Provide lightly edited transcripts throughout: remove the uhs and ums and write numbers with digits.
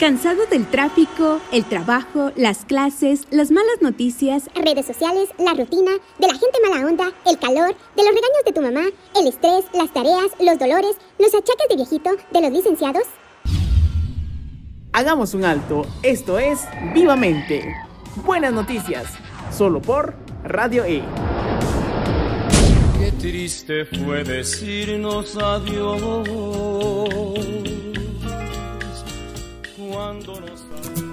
¿Cansado del tráfico, el trabajo, las clases, las malas noticias, redes sociales, la rutina, de la gente mala onda, el calor, de los regaños de tu mamá, el estrés, las tareas, los dolores, los achaques de viejito, de los licenciados? Hagamos un alto. Esto es Vivamente. Buenas noticias, solo por Radio E. Qué triste fue decirnos adiós cuando nos...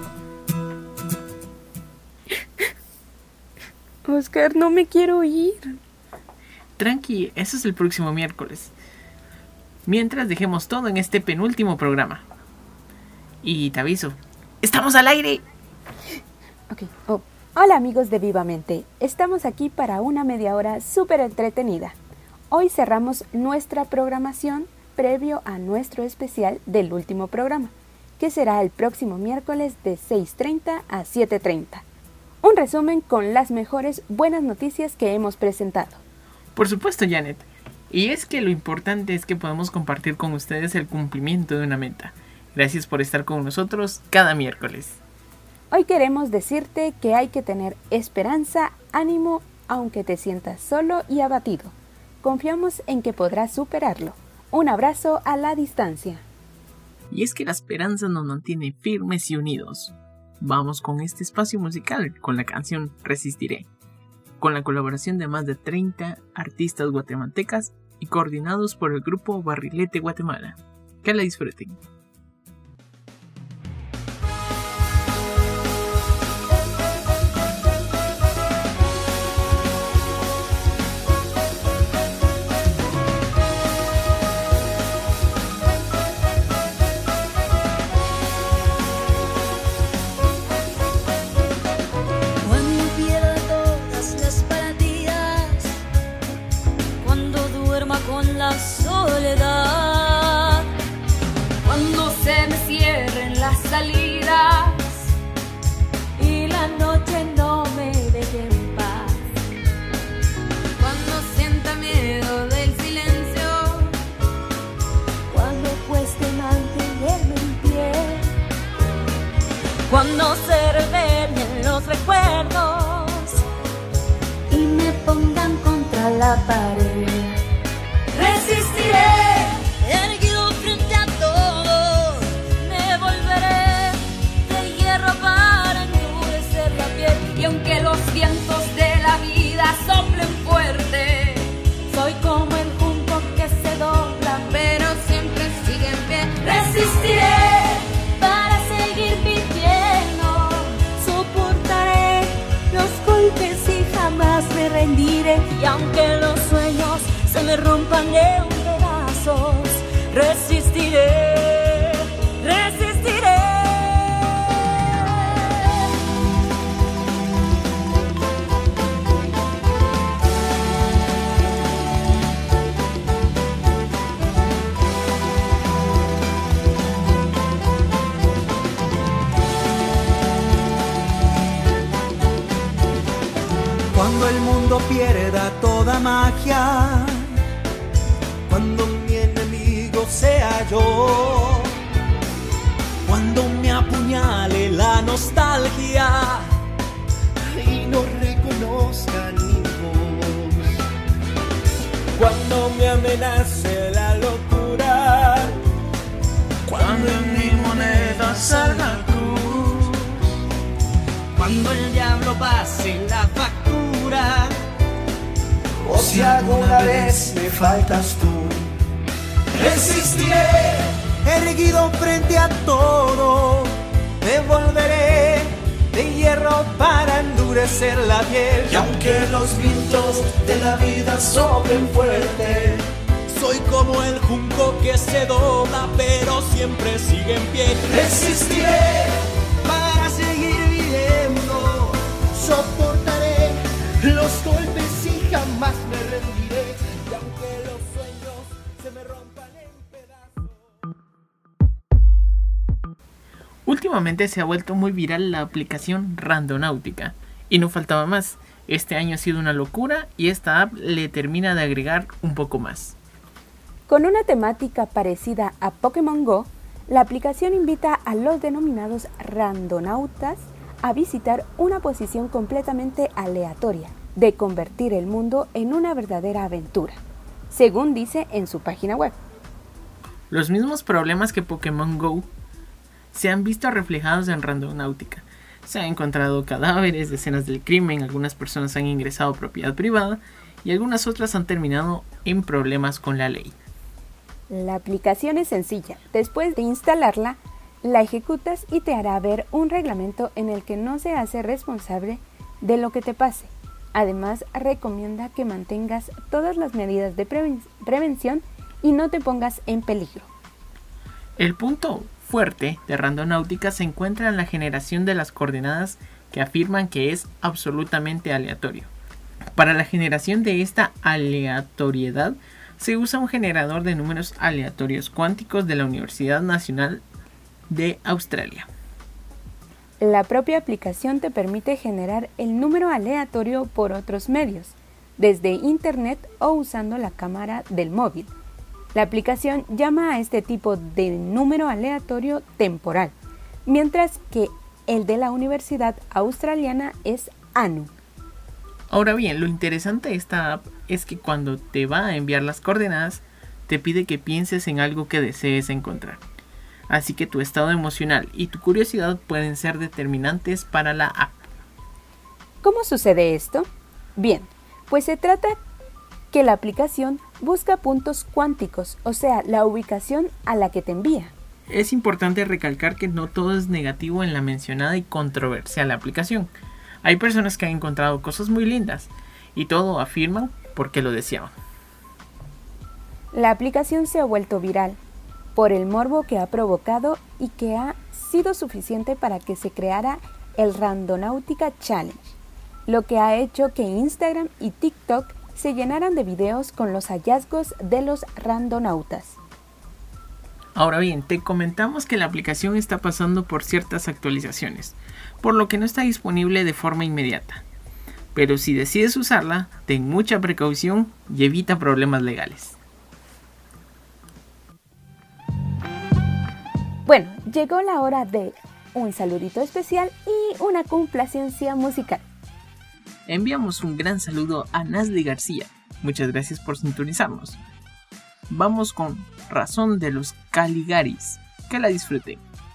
Oscar, no me quiero ir. Tranqui, eso es el próximo miércoles. Mientras dejemos todo en este penúltimo programa. Y te aviso, ¡estamos al aire! Ok. Hola amigos de Vivamente, estamos aquí para una media hora súper entretenida. Hoy cerramos nuestra programación previo a nuestro especial del último programa, que será el próximo miércoles de 6:30 a 7:30. Un resumen con las mejores buenas noticias que hemos presentado. Por supuesto, Janet. Y es que lo importante es que podamos compartir con ustedes el cumplimiento de una meta. Gracias por estar con nosotros cada miércoles. Hoy queremos decirte que hay que tener esperanza, ánimo, aunque te sientas solo y abatido. Confiamos en que podrás superarlo. Un abrazo a la distancia. Y es que la esperanza nos mantiene firmes y unidos. Vamos con este espacio musical con la canción Resistiré, con la colaboración de más de 30 artistas guatemaltecas y coordinados por el grupo Barrilete Guatemala. Que la disfruten. Y la noche no me deje en paz. Cuando sienta miedo del silencio, cuando cueste mantenerme en pie, cuando se revelen los recuerdos y me pongan contra la pared, resistiré. Y aunque los vientos de la vida soplen fuerte, soy como el junco que se dobla, pero siempre sigue en pie. Resistiré para seguir viviendo, soportaré los golpes y jamás me rendiré. Y aunque los sueños se me rompan en pedazos, resistiré, resistiré. Cuando el mundo pierda toda magia, cuando mi enemigo sea yo, cuando me apuñale la nostalgia y no reconozca mi voz, cuando me amenace la locura, cuando en mi moneda salga cruz, cuando el diablo pase la factura, o si alguna vez me faltas tú, resistiré, erguido frente a todo, me volveré de hierro para endurecer la piel. Y aunque los vientos de la vida soplen fuerte, soy como el junco que se dobla, pero siempre sigue en pie. Resistiré para seguir viviendo, soportaré los golpes y jamás me rendiré. Y aunque los sueños se me rompan en pedazos. Últimamente se ha vuelto muy viral la aplicación Randonáutica. Y no faltaba más. Este año ha sido una locura y esta app le termina de agregar un poco más. Con una temática parecida a Pokémon Go, La aplicación invita a los denominados randonautas a visitar una posición completamente aleatoria, de convertir el mundo en una verdadera aventura, según dice en su página web. Los mismos problemas que Pokémon GO se han visto reflejados en Randonáutica. Se han encontrado cadáveres, escenas del crimen, algunas personas han ingresado a propiedad privada y algunas otras han terminado en problemas con la ley. La aplicación es sencilla. Después de instalarla, la ejecutas y te hará ver un reglamento en el que no se hace responsable de lo que te pase. Además, recomienda que mantengas todas las medidas de prevención y no te pongas en peligro. El punto fuerte de Randonáutica se encuentra en la generación de las coordenadas que afirman que es absolutamente aleatorio. Para la generación de esta aleatoriedad se usa un generador de números aleatorios cuánticos de la Universidad Nacional de Australia. La propia aplicación te permite generar el número aleatorio por otros medios, desde internet o usando la cámara del móvil. La aplicación llama a este tipo de número aleatorio temporal, mientras que el de la Universidad Australiana es ANU. Ahora bien, lo interesante de esta app es que cuando te va a enviar las coordenadas, te pide que pienses en algo que desees encontrar. Así que tu estado emocional y tu curiosidad pueden ser determinantes para la app. ¿Cómo sucede esto? Bien, pues se trata que la aplicación busca puntos cuánticos, o sea, la ubicación a la que te envía. Es importante recalcar que no todo es negativo en la mencionada y controversial aplicación. Hay personas que han encontrado cosas muy lindas y todo afirman porque lo deseaban. La aplicación se ha vuelto viral por el morbo que ha provocado y que ha sido suficiente para que se creara el Randonáutica Challenge, lo que ha hecho que Instagram y TikTok se llenaran de videos con los hallazgos de los randonautas. Ahora bien, te comentamos que la aplicación está pasando por ciertas actualizaciones, por lo que no está disponible de forma inmediata. Pero si decides usarla, ten mucha precaución y evita problemas legales. Bueno, llegó la hora de un saludito especial y una complacencia musical. Enviamos un gran saludo a Nasli García. Muchas gracias por sintonizarnos. Vamos con Razón de los Caligaris. Que la disfruten.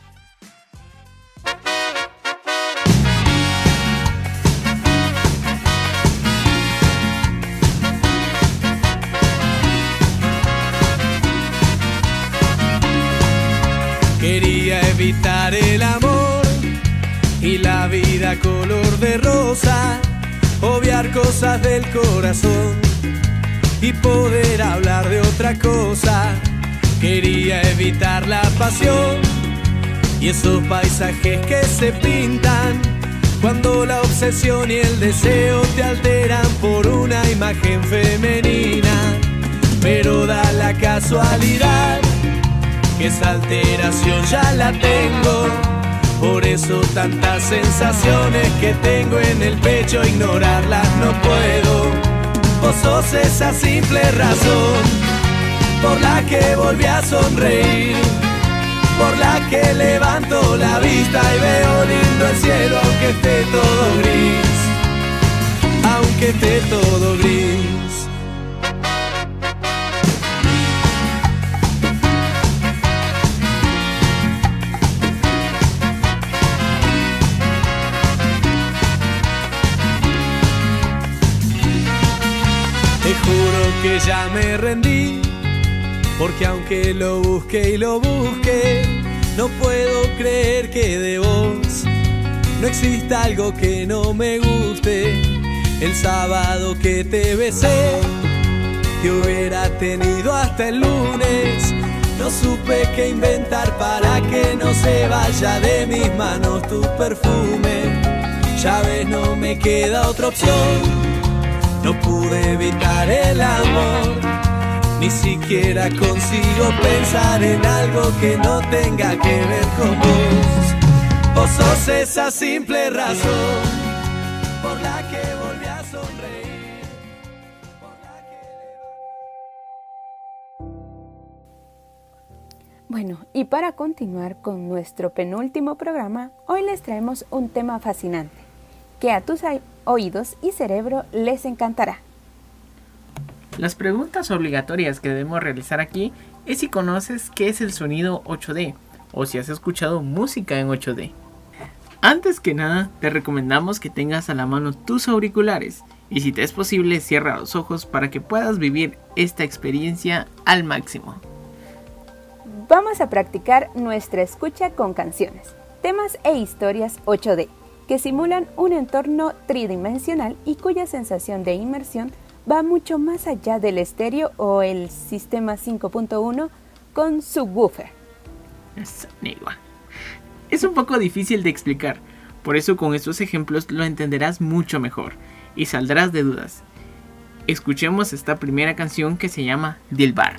Quería evitar el amor y la vida color de rosa, obviar cosas del corazón y poder hablar de otra cosa. Quería evitar la pasión y esos paisajes que se pintan cuando la obsesión y el deseo te alteran por una imagen femenina. Pero da la casualidad que esa alteración ya la tengo. Por eso tantas sensaciones que tengo en el pecho, ignorarlas no puedo. Vos sos esa simple razón por la que volví a sonreír, por la que levanto la vista y veo lindo el cielo aunque esté todo gris, aunque esté todo gris. Te juro que ya me rendí, porque aunque lo busque y lo busque, no puedo creer que de vos no exista algo que no me guste. El sábado que te besé, te hubiera tenido hasta el lunes. No supe qué inventar para que no se vaya de mis manos tu perfume. Ya ves, no me queda otra opción. No pude evitar el amor, ni siquiera consigo pensar en algo que no tenga que ver con vos. Vos sos esa simple razón por la que volví a sonreír, por la que... Bueno, y para continuar con nuestro penúltimo programa, hoy les traemos un tema fascinante, que a tus oídos y cerebro les encantará. Las preguntas obligatorias que debemos realizar aquí es si conoces qué es el sonido 8D o si has escuchado música en 8D. Antes que nada, te recomendamos que tengas a la mano tus auriculares y si te es posible, cierra los ojos para que puedas vivir esta experiencia al máximo. Vamos a practicar nuestra escucha con canciones, temas e historias 8D, que simulan un entorno tridimensional y cuya sensación de inmersión va mucho más allá del estéreo o el sistema 5.1 con subwoofer. Es un poco difícil de explicar, por eso con estos ejemplos lo entenderás mucho mejor y saldrás de dudas. Escuchemos esta primera canción que se llama Dilbar.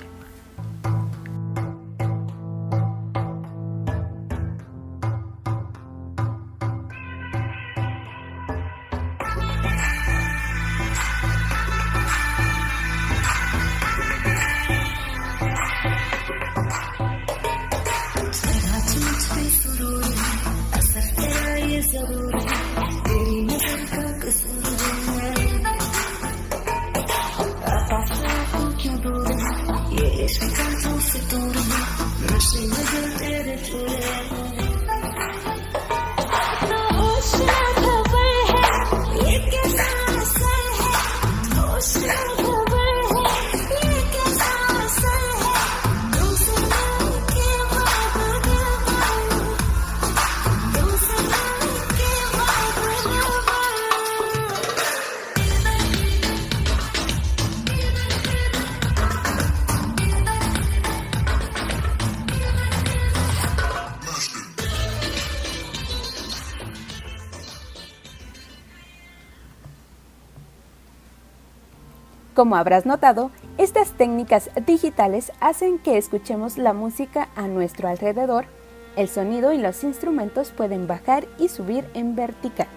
Como habrás notado, estas técnicas digitales hacen que escuchemos la música a nuestro alrededor. El sonido y los instrumentos pueden bajar y subir en vertical.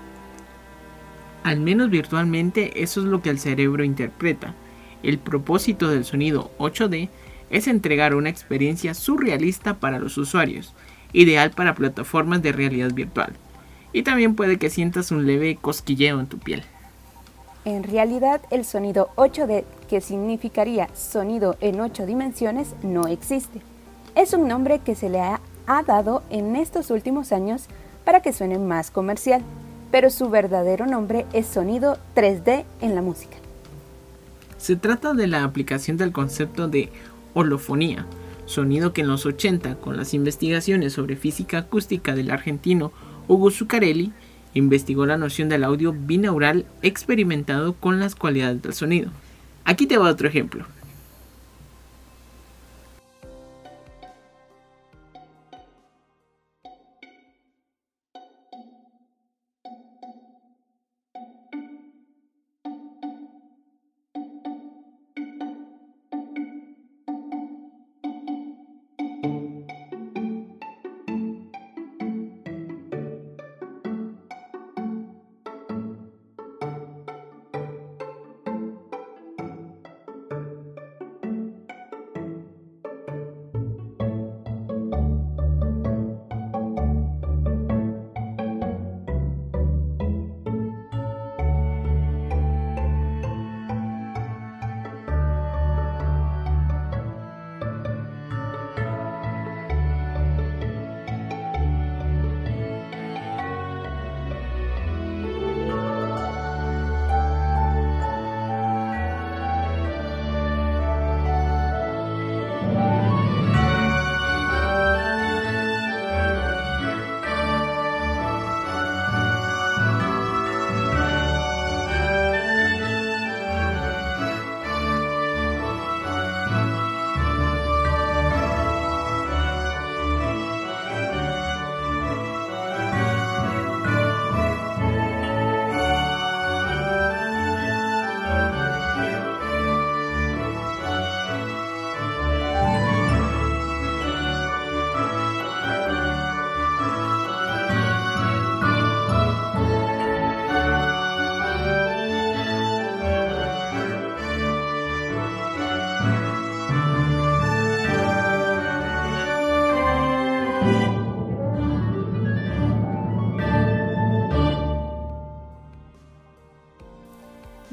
Al menos virtualmente eso es lo que el cerebro interpreta. El propósito del sonido 8D es entregar una experiencia surrealista para los usuarios, ideal para plataformas de realidad virtual. Y también puede que sientas un leve cosquilleo en tu piel. En realidad, el sonido 8D, que significaría sonido en 8 dimensiones, no existe. Es un nombre que se le ha dado en estos últimos años para que suene más comercial, pero su verdadero nombre es sonido 3D en la música. Se trata de la aplicación del concepto de holofonía, sonido que en los 80, con las investigaciones sobre física acústica del argentino Hugo Zuccarelli, investigó la noción del audio binaural experimentado con las cualidades del sonido. Aquí te va otro ejemplo.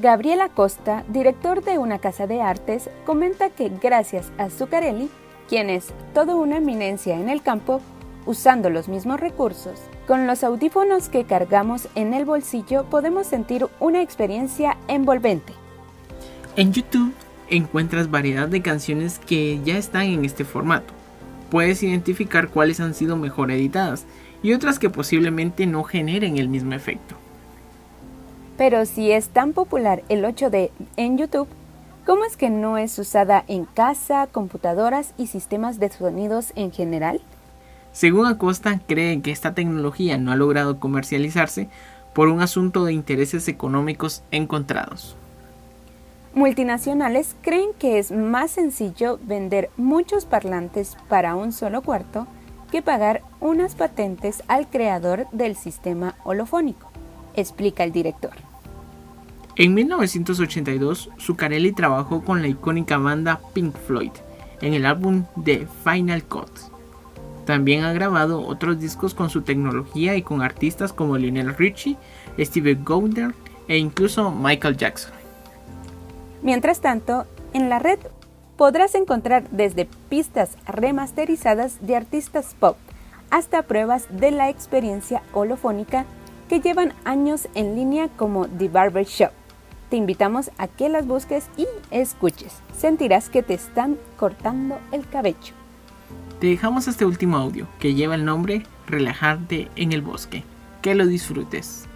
Gabriel Acosta, director de una casa de artes, comenta que gracias a Zuccarelli, quien es toda una eminencia en el campo, usando los mismos recursos, con los audífonos que cargamos en el bolsillo podemos sentir una experiencia envolvente. En YouTube encuentras variedad de canciones que ya están en este formato. Puedes identificar cuáles han sido mejor editadas y otras que posiblemente no generen el mismo efecto. Pero si es tan popular el 8D en YouTube, ¿cómo es que no es usada en casa, computadoras y sistemas de sonidos en general? Según Acosta, cree que esta tecnología no ha logrado comercializarse por un asunto de intereses económicos encontrados. Multinacionales creen que es más sencillo vender muchos parlantes para un solo cuarto que pagar unas patentes al creador del sistema holofónico, explica el director. En 1982, Zuccarelli trabajó con la icónica banda Pink Floyd en el álbum The Final Cut. También ha grabado otros discos con su tecnología y con artistas como Lionel Richie, Stevie Wonder e incluso Michael Jackson. Mientras tanto, en la red podrás encontrar desde pistas remasterizadas de artistas pop hasta pruebas de la experiencia holofónica que llevan años en línea como The Barber Shop. Te invitamos a que las busques y escuches. Sentirás que te están cortando el cabello. Te dejamos este último audio que lleva el nombre Relajarte en el bosque. Que lo disfrutes.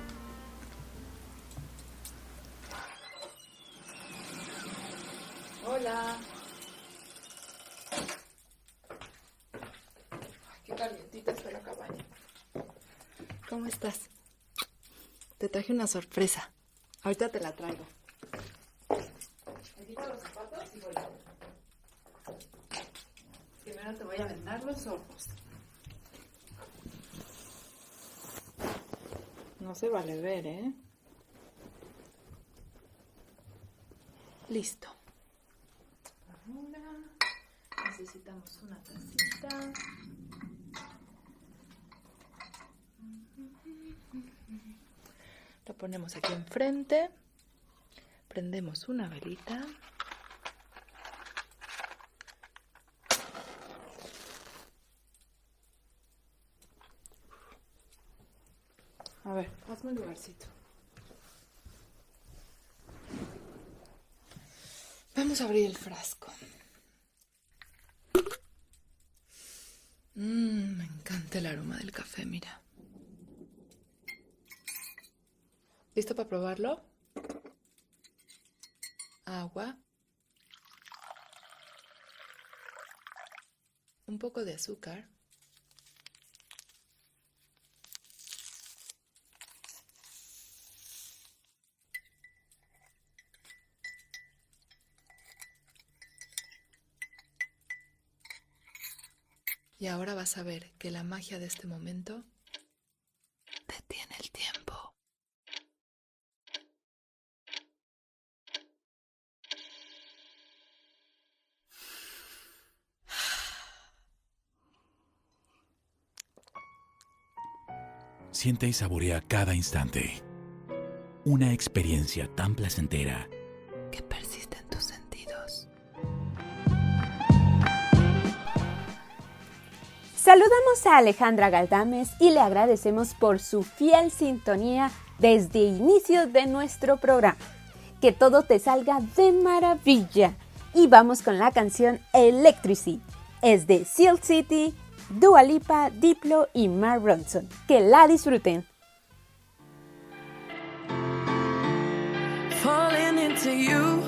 Hola. Ay, qué calientita está la cabaña. ¿Cómo estás? Te traje una sorpresa. Ahorita te la traigo. Me quito los zapatos y voy. Primero te voy a vendar los ojos. No se vale ver, ¿eh? Listo. Ahora necesitamos una tacita. Lo ponemos aquí enfrente. Prendemos una velita. A ver, hazme un lugarcito. Vamos a abrir el frasco. Me encanta el aroma del café, mira. ¿Listo para probarlo? Agua. Un poco de azúcar. Y ahora vas a ver que la magia de este momento detiene el tiempo. Siente y saborea cada instante. Una experiencia tan placentera que persiste en tus sentidos. Saludamos a Alejandra Galdames y le agradecemos por su fiel sintonía desde inicio de nuestro programa. Que todo te salga de maravilla. Y vamos con la canción Electricity. Es de Silk City, Dua Lipa, Diplo y Mark Ronson. Que la disfruten. Falling into you,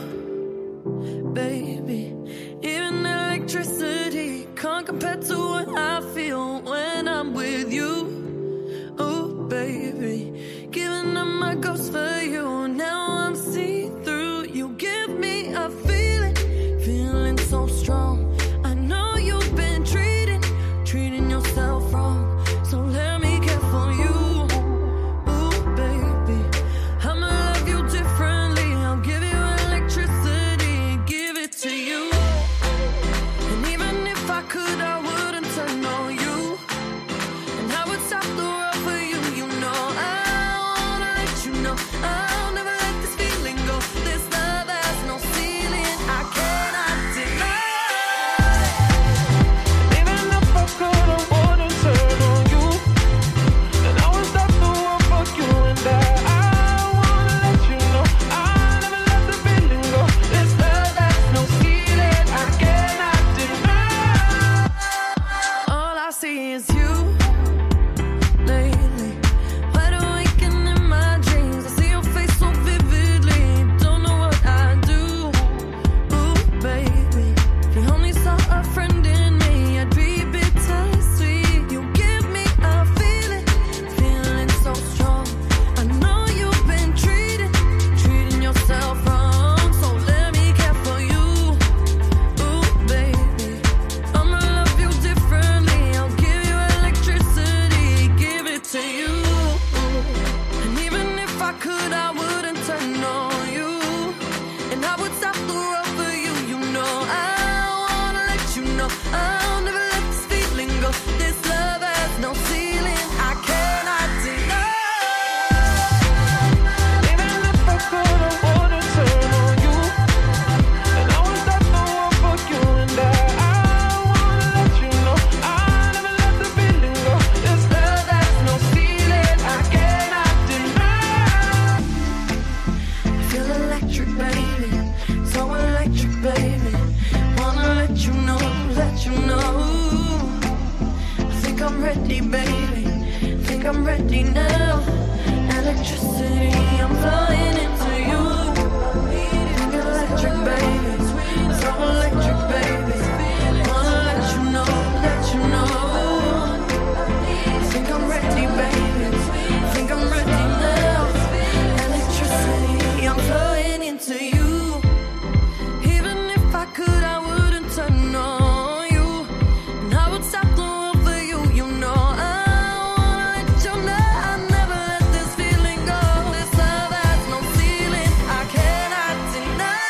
baby. Even electricity can't compare to what I feel when I'm with you. Oh, baby, giving up my ghost for you. Now I'm see-through. You give me a feeling, feeling so strong. I know you've been treating yourself wrong. So let me care for you. Oh, baby, I'ma love you differently. I'll give you electricity. I'm ready now. Electricity, I'm flying into you. Think electric, baby. So electric, baby. Wanna let you know, let you know. Think I'm ready, baby. Think I'm ready now. Electricity, I'm flying into you. Even if I could, I wouldn't turn on you. And I would stop the world for you, you know. I wanna let you know I never let this feeling go. This love has no ceiling, I cannot deny.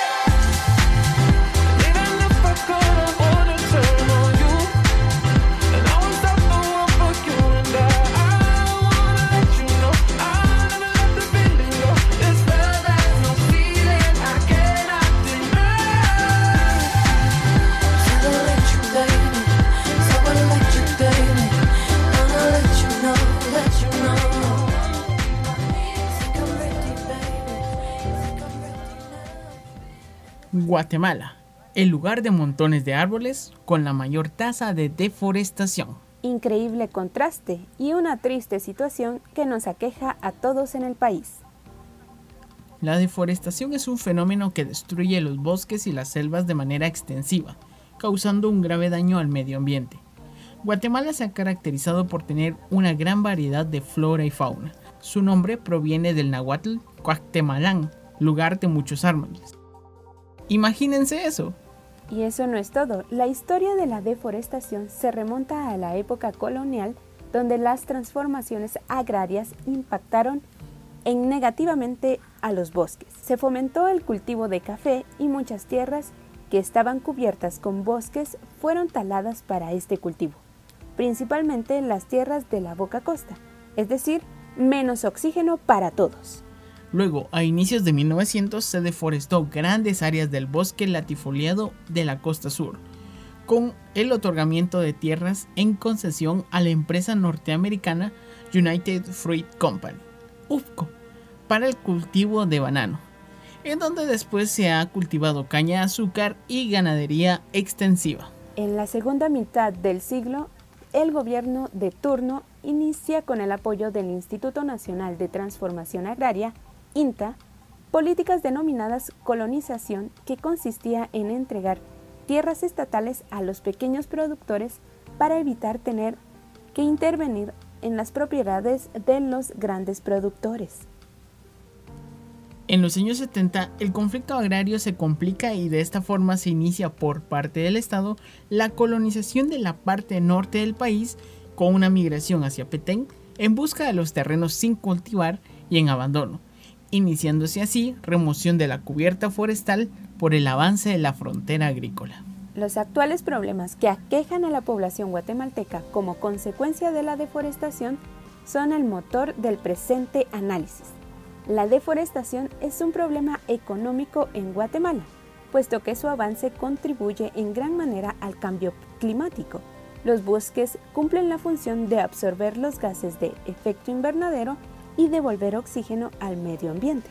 Even if I could, I wouldn't turn on you. And I would stop the world for you. And I wanna let you know I never let the feeling go. This love has no ceiling, I cannot deny. So electric, baby. So electric, baby. Wanna let you know, let you know. Think I'm ready, baby. Think I'm ready now. Guatemala, el lugar de montones de árboles con la mayor tasa de deforestación. Increíble contraste y una triste situación que nos aqueja a todos en el país. La deforestación es un fenómeno que destruye los bosques y las selvas de manera extensiva, causando un grave daño al medio ambiente. Guatemala se ha caracterizado por tener una gran variedad de flora y fauna. Su nombre proviene del náhuatl Cuactemalán, lugar de muchos árboles. Imagínense eso. Y eso no es todo. La historia de la deforestación se remonta a la época colonial, donde las transformaciones agrarias impactaron negativamente a los bosques. Se fomentó el cultivo de café y muchas tierras que estaban cubiertas con bosques fueron taladas para este cultivo, principalmente las tierras de la Boca Costa, es decir, menos oxígeno para todos. Luego, a inicios de 1900 se deforestó grandes áreas del bosque latifoliado de la costa sur, con el otorgamiento de tierras en concesión a la empresa norteamericana United Fruit Company, UFCO, para el cultivo de banano, en donde después se ha cultivado caña de azúcar y ganadería extensiva. En la segunda mitad del siglo, el gobierno de turno inicia con el apoyo del Instituto Nacional de Transformación Agraria, INTA, políticas denominadas colonización, que consistía en entregar tierras estatales a los pequeños productores para evitar tener que intervenir en las propiedades de los grandes productores. En los años 70, el conflicto agrario se complica y de esta forma se inicia por parte del Estado la colonización de la parte norte del país, con una migración hacia Petén en busca de los terrenos sin cultivar y en abandono, iniciándose así remoción de la cubierta forestal por el avance de la frontera agrícola. Los actuales problemas que aquejan a la población guatemalteca como consecuencia de la deforestación son el motor del presente análisis. La deforestación es un problema económico en Guatemala, puesto que su avance contribuye en gran manera al cambio climático. Los bosques cumplen la función de absorber los gases de efecto invernadero y devolver oxígeno al medio ambiente.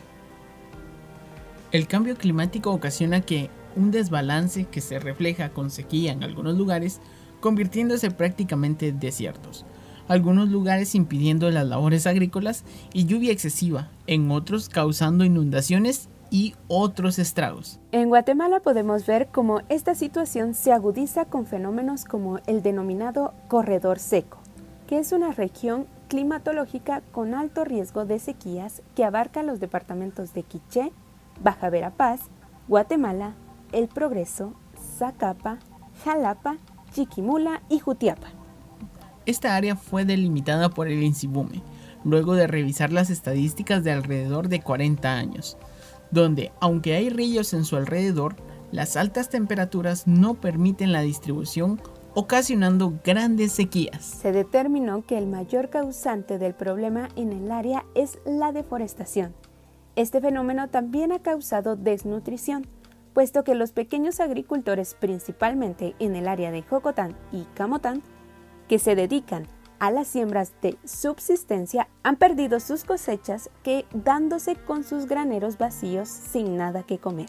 El cambio climático ocasiona que un desbalance que se refleja con sequía en algunos lugares, convirtiéndose prácticamente en desiertos, algunos lugares impidiendo las labores agrícolas y lluvia excesiva, en otros causando inundaciones y otros estragos. En Guatemala podemos ver cómo esta situación se agudiza con fenómenos como el denominado corredor seco, que es una región climatológica con alto riesgo de sequías que abarca los departamentos de Quiché, Baja Verapaz, Guatemala, El Progreso, Zacapa, Jalapa, Chiquimula y Jutiapa. Esta área fue delimitada por el INSIBUME, luego de revisar las estadísticas de alrededor de 40 años, donde, aunque hay ríos en su alrededor, las altas temperaturas no permiten la distribución, ocasionando grandes sequías. Se determinó que el mayor causante del problema en el área es la deforestación. Este fenómeno también ha causado desnutrición, puesto que los pequeños agricultores, principalmente en el área de Jocotán y Camotán, que se dedican a las siembras de subsistencia, han perdido sus cosechas, quedándose con sus graneros vacíos sin nada que comer.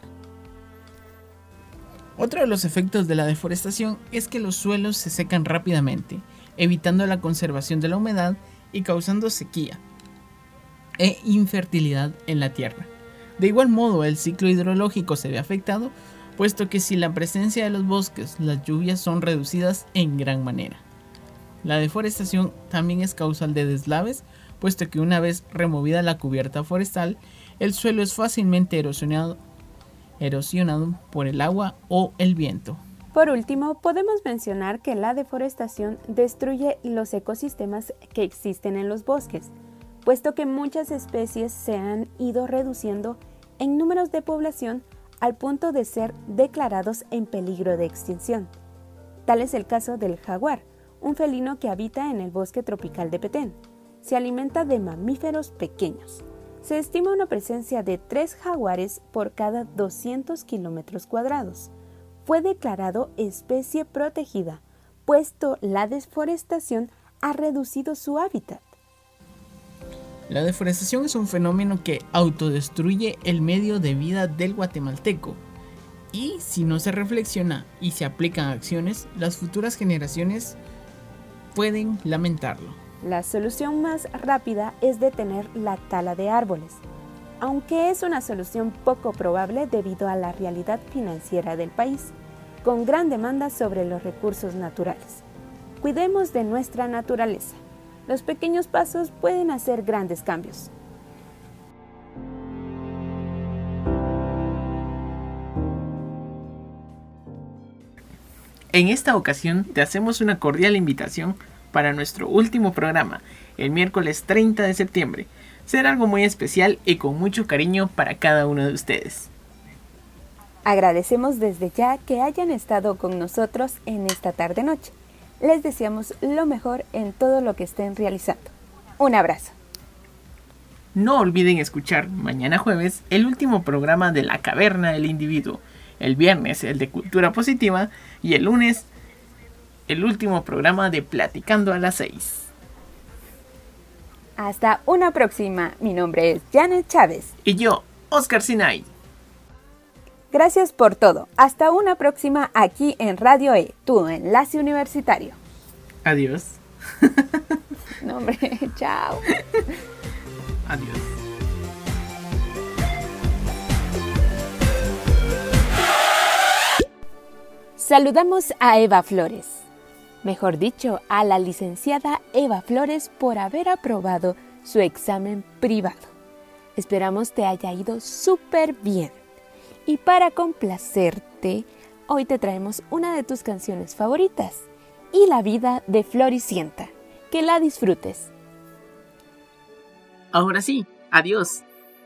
Otro de los efectos de la deforestación es que los suelos se secan rápidamente, evitando la conservación de la humedad y causando sequía e infertilidad en la tierra. De igual modo, el ciclo hidrológico se ve afectado, puesto que sin la presencia de los bosques, las lluvias son reducidas en gran manera. La deforestación también es causal de deslaves, puesto que una vez removida la cubierta forestal, el suelo es fácilmente erosionado por el agua o el viento. Por último, podemos mencionar que la deforestación destruye los ecosistemas que existen en los bosques, puesto que muchas especies se han ido reduciendo en números de población al punto de ser declarados en peligro de extinción. Tal es el caso del jaguar, un felino que habita en el bosque tropical de Petén. Se alimenta de mamíferos pequeños. Se estima una presencia de 3 jaguares por cada 200 kilómetros cuadrados. Fue declarado especie protegida, puesto la deforestación ha reducido su hábitat. La deforestación es un fenómeno que autodestruye el medio de vida del guatemalteco, y si no se reflexiona y se aplican acciones, las futuras generaciones pueden lamentarlo. La solución más rápida es detener la tala de árboles, aunque es una solución poco probable debido a la realidad financiera del país, con gran demanda sobre los recursos naturales. Cuidemos de nuestra naturaleza. Los pequeños pasos pueden hacer grandes cambios. En esta ocasión te hacemos una cordial invitación para nuestro último programa, el miércoles 30 de septiembre. Será algo muy especial y con mucho cariño para cada uno de ustedes. Agradecemos desde ya que hayan estado con nosotros en esta tarde-noche. Les deseamos lo mejor en todo lo que estén realizando. Un abrazo. No olviden escuchar mañana jueves el último programa de La Caverna del Individuo, el viernes el de Cultura Positiva y el lunes el último programa de Platicando a las 6. Hasta una próxima. Mi nombre es Janet Chávez. Y yo, Oscar Sinay. Gracias por todo. Hasta una próxima aquí en Radio E, tu enlace universitario. Adiós. No, hombre, chao. Adiós. Saludamos a Eva Flores. Mejor dicho, a la licenciada Eva Flores por haber aprobado su examen privado. Esperamos te haya ido súper bien. Y para complacerte, hoy te traemos una de tus canciones favoritas, Y la vida de Floricienta. Que la disfrutes. Ahora sí, adiós.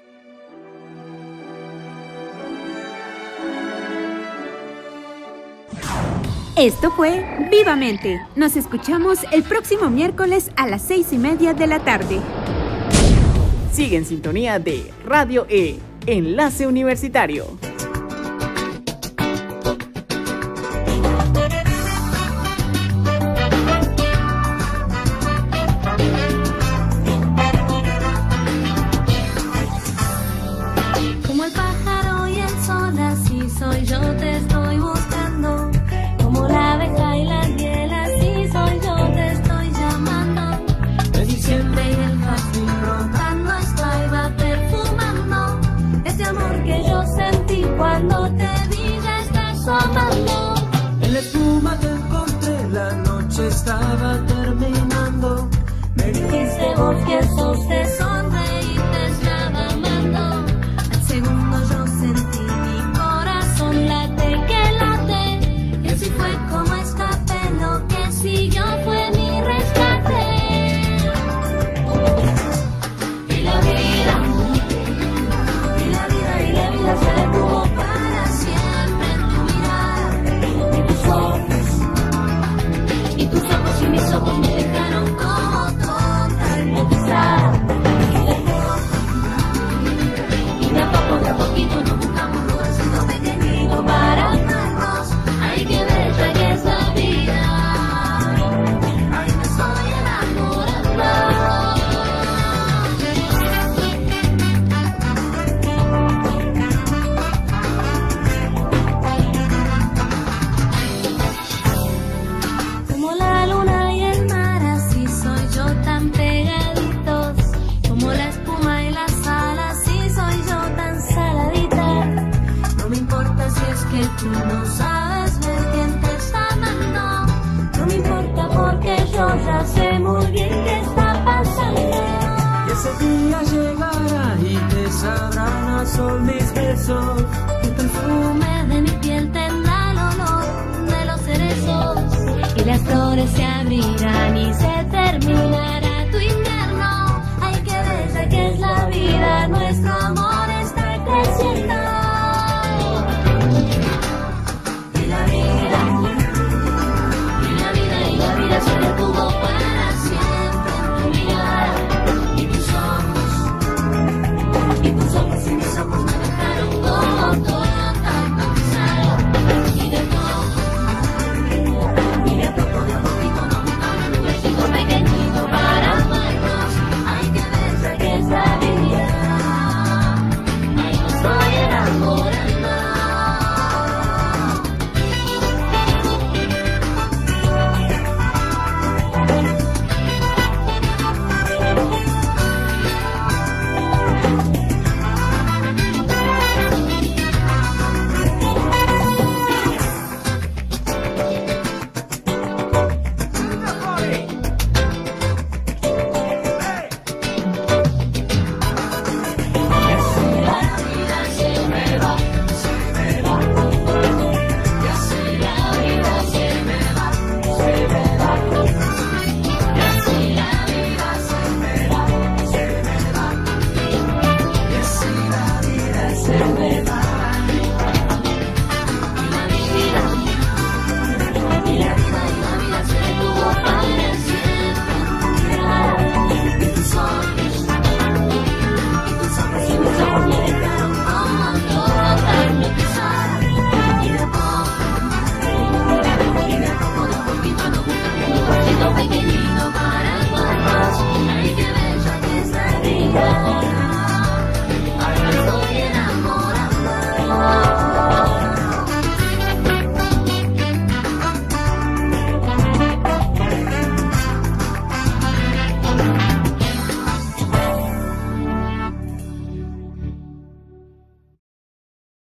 Esto fue Vivamente. Nos escuchamos el próximo miércoles a las 6:30 de la tarde. Sigue en sintonía de Radio E, Enlace Universitario. Como el pájaro y el sol, así soy yo, te estoy buscando. Como la abeja y la miel, así soy yo, te estoy llamando. Es diciembre Y el jazmín brotando, estoy va perfumando. Ese amor que yo sentí cuando te vi ya está asomando. en la espuma te encontré, la noche estaba terminando. Me Dijiste vos que sos de sonreír, te estaba amando. Al segundo yo sentí mi corazón late que late. Y así fue como escapé, lo que siguió fue mi rescate. Y la vida, y la vida, y la vida se detuvo para siempre en tu mirada. Y tus ojos y mis ojos me dejaron como tonta hipnotizada. besos. El perfume de mi piel tendrá el olor de los cerezos y las flores se abrirán y se